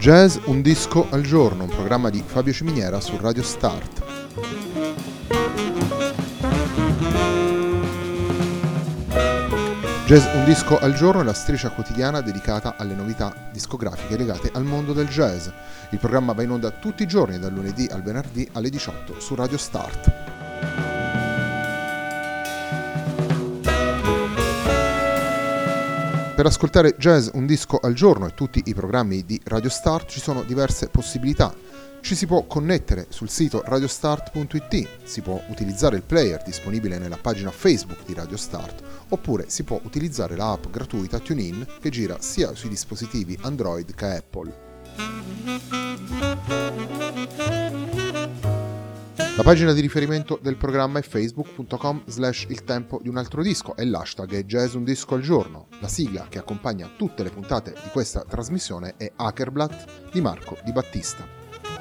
Jazz un disco al giorno, un programma di Fabio Ciminiera su Radio Start. Jazz un disco al giorno è la striscia quotidiana dedicata alle novità discografiche legate al mondo del jazz. Il programma va in onda tutti i giorni, dal lunedì al venerdì alle 18 su Radio Start. Per ascoltare Jazz un disco al giorno e tutti i programmi di Radio Start ci sono diverse possibilità. Ci si può connettere sul sito radiostart.it, si può utilizzare il player disponibile nella pagina Facebook di Radio Start, oppure si può utilizzare la app gratuita TuneIn che gira sia sui dispositivi Android che Apple. La pagina di riferimento del programma è facebook.com/il tempo di un altro disco e l'hashtag è Jazz un disco al giorno. La sigla che accompagna tutte le puntate di questa trasmissione è Hakerblatt di Marco Di Battista.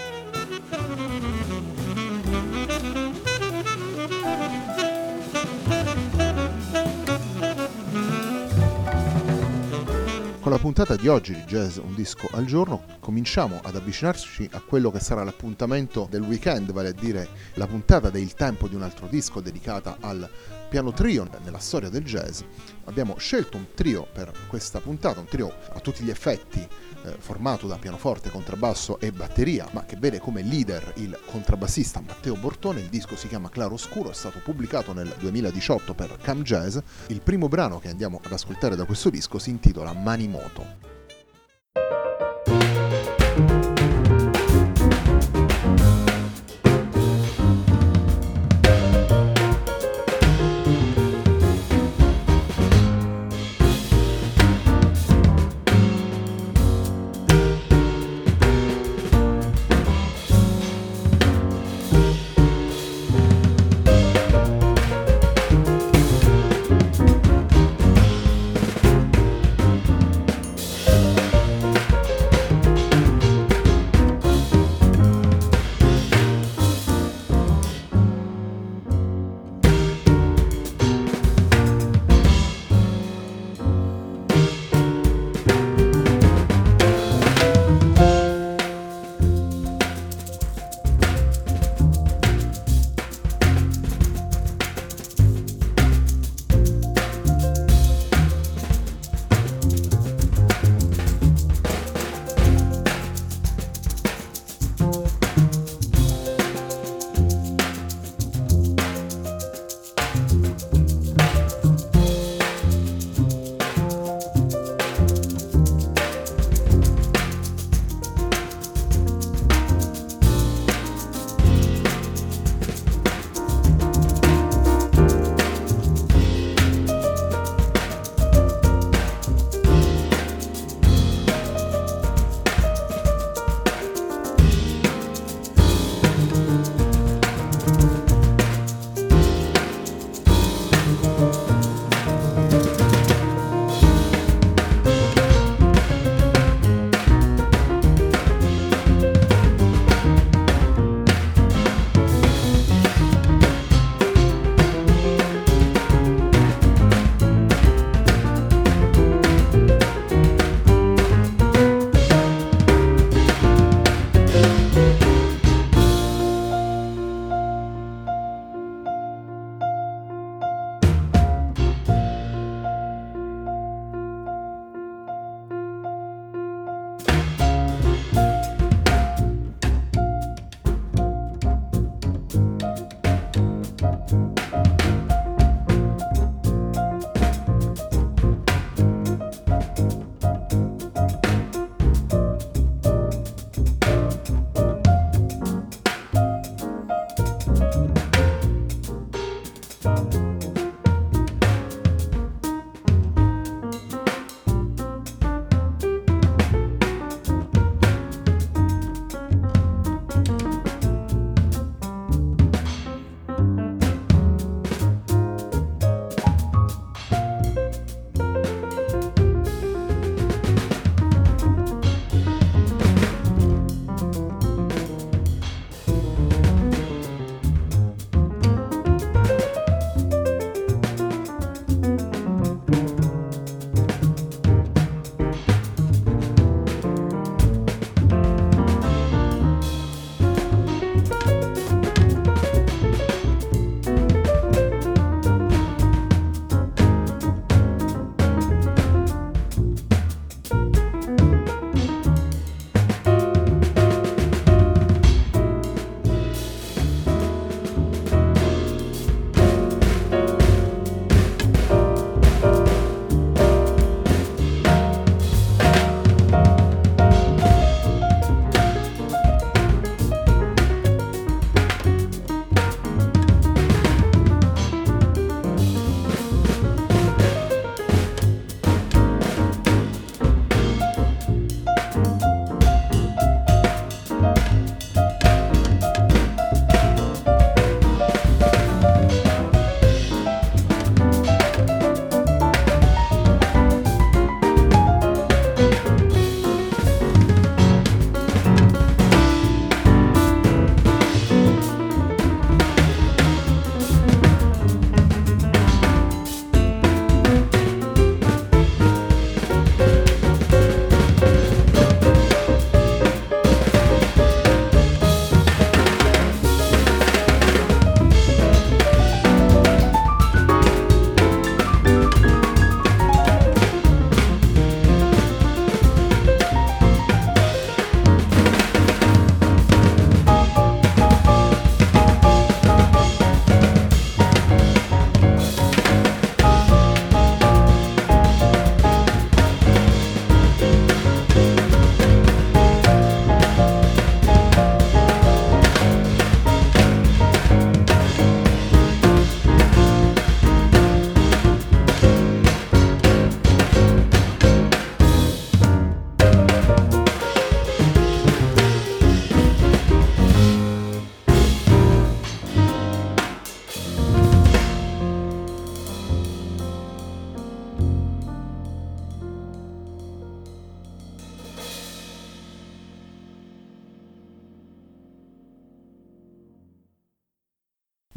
Con la puntata di oggi di Jazz un disco al giorno cominciamo ad avvicinarci a quello che sarà l'appuntamento del weekend, vale a dire la puntata del tempo di un altro disco dedicata al piano trio nella storia del jazz. Abbiamo scelto un trio per questa puntata, un trio a tutti gli effetti formato da pianoforte, contrabbasso e batteria, ma che vede come leader il contrabbassista Matteo Bortone. Il disco si chiama Claroscuro, è stato pubblicato nel 2018 per Cam Jazz. Il primo brano che andiamo ad ascoltare da questo disco si intitola Manimoto.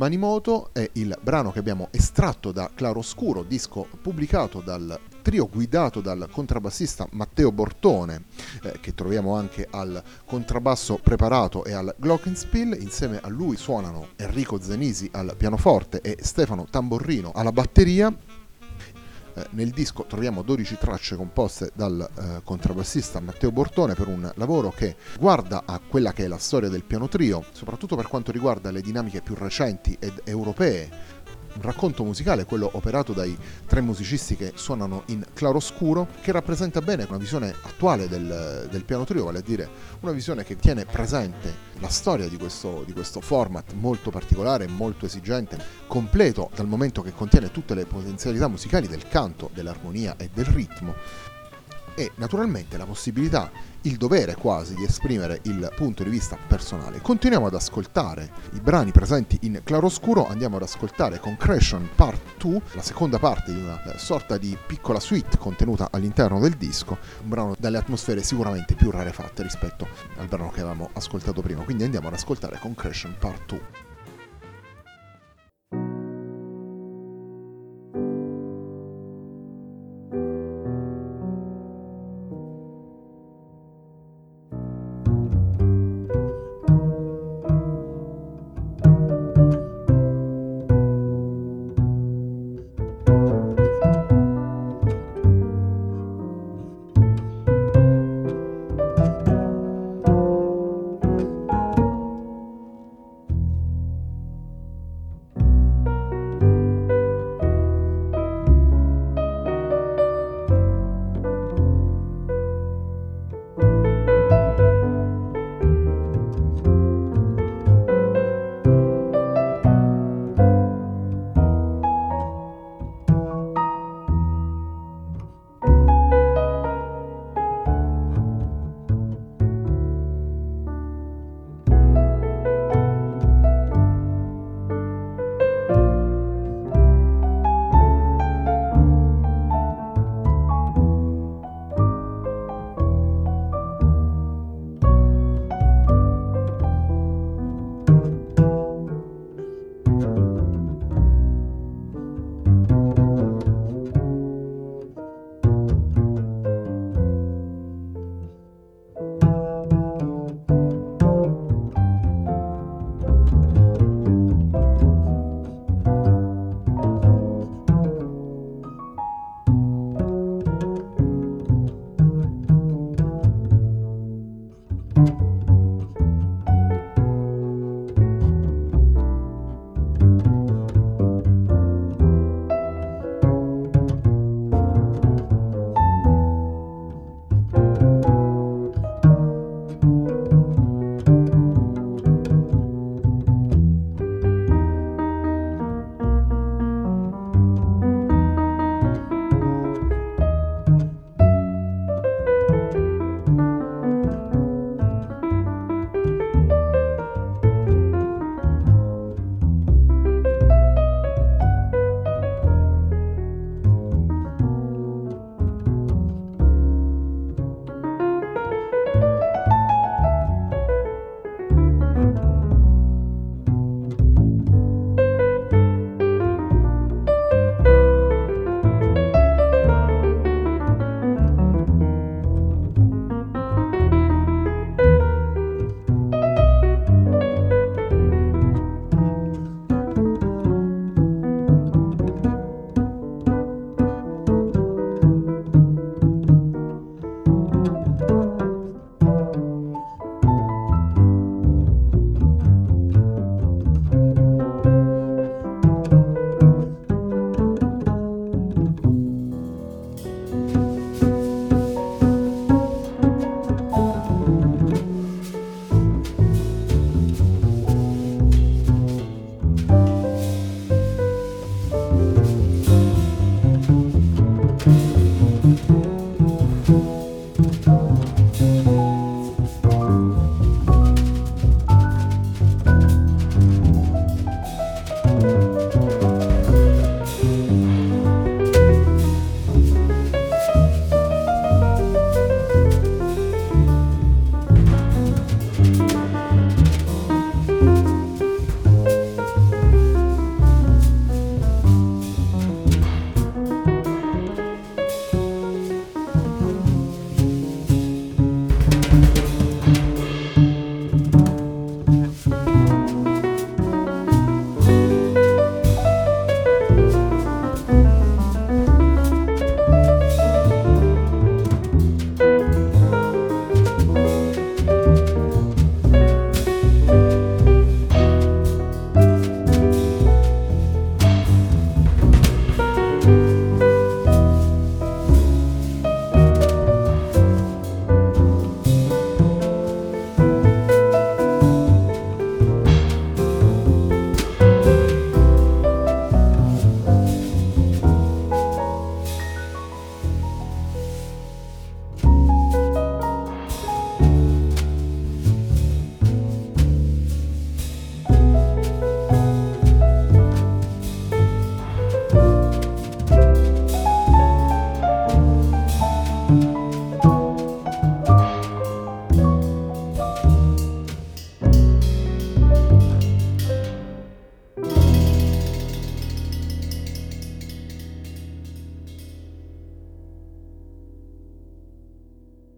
Manimoto è il brano che abbiamo estratto da Claroscuro, disco pubblicato dal trio guidato dal contrabbassista Matteo Bortone, che troviamo anche al contrabbasso preparato e al glockenspiel. Insieme a lui suonano Enrico Zenisi al pianoforte e Stefano Tamborrino alla batteria. Nel disco troviamo 12 tracce composte dal contrabbassista Matteo Bortone, per un lavoro che guarda a quella che è la storia del piano trio, soprattutto per quanto riguarda le dinamiche più recenti ed europee. Un racconto musicale, quello operato dai 3 musicisti che suonano in Claroscuro, che rappresenta bene una visione attuale del piano trio, vale a dire una visione che tiene presente la storia di questo format molto particolare, molto esigente, completo dal momento che contiene tutte le potenzialità musicali del canto, dell'armonia e del ritmo, e naturalmente la possibilità, il dovere quasi, di esprimere il punto di vista personale. Continuiamo ad ascoltare i brani presenti in Claroscuro, andiamo ad ascoltare Concretion Part 2, la seconda parte di una sorta di piccola suite contenuta all'interno del disco, un brano dalle atmosfere sicuramente più rarefatte rispetto al brano che avevamo ascoltato prima, quindi andiamo ad ascoltare Concretion Part 2.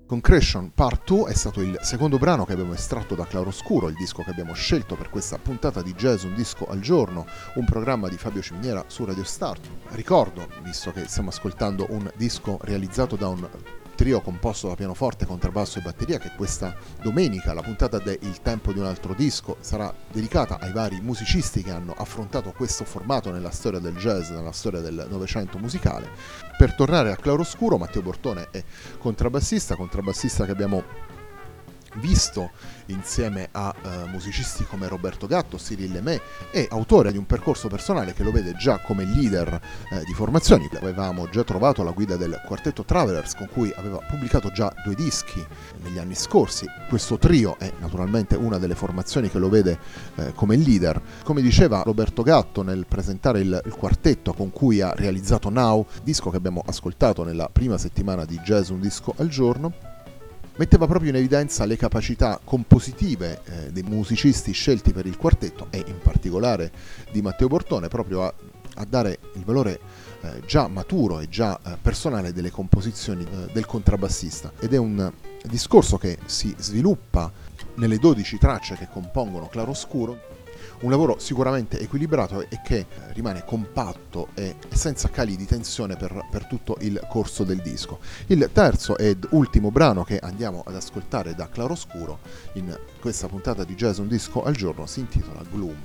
Concretion Part 2 è stato il secondo brano che abbiamo estratto da Claroscuro, il disco che abbiamo scelto per questa puntata di Jazz Un Disco al Giorno, un programma di Fabio Ciminiera su Radio Start. Ricordo, visto che stiamo ascoltando un disco realizzato da un trio composto da pianoforte, contrabbasso e batteria, che questa domenica, la puntata de Il tempo di un altro disco, sarà dedicata ai vari musicisti che hanno affrontato questo formato nella storia del jazz, nella storia del Novecento musicale. Per tornare a Claroscuro, Matteo Bortone è contrabbassista che abbiamo visto insieme a musicisti come Roberto Gatto, Cyril Lemay, e autore di un percorso personale che lo vede già come leader di formazioni. Avevamo già trovato alla guida del quartetto Travelers, con cui aveva pubblicato già 2 dischi negli anni scorsi. Questo trio è naturalmente una delle formazioni che lo vede come leader. Come diceva Roberto Gatto nel presentare il quartetto con cui ha realizzato Now, disco che abbiamo ascoltato nella prima settimana di Jazz Un Disco al Giorno, metteva proprio in evidenza le capacità compositive dei musicisti scelti per il quartetto, e in particolare di Matteo Bortone, proprio a dare il valore già maturo e già personale delle composizioni del contrabbassista. Ed è un discorso che si sviluppa nelle 12 tracce che compongono Claroscuro, un lavoro sicuramente equilibrato e che rimane compatto e senza cali di tensione per tutto il corso del disco. Il terzo ed ultimo brano che andiamo ad ascoltare da Claroscuro in questa puntata di Jazz Un Disco al Giorno si intitola Gloom.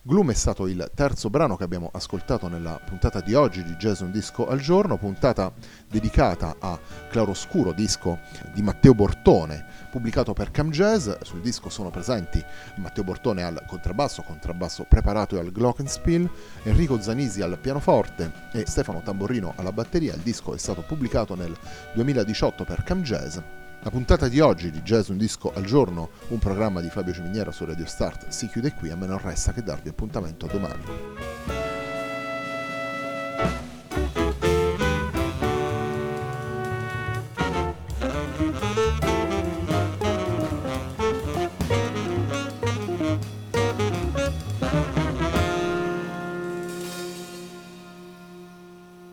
Gloom è stato il terzo brano che abbiamo ascoltato nella puntata di oggi di Jazz Un Disco al Giorno, puntata dedicata a Claroscuro, disco di Matteo Bortone, pubblicato per Cam Jazz. Sul disco sono presenti Matteo Bortone al contrabbasso preparato al glockenspiel, Enrico Zanisi al pianoforte e Stefano Tamborrino alla batteria. Il disco è stato pubblicato nel 2018 per Cam Jazz. La puntata di oggi di Jazz Un Disco al Giorno, un programma di Fabio Ciminiera su Radio Start, si chiude qui. A me non resta che darvi appuntamento a domani.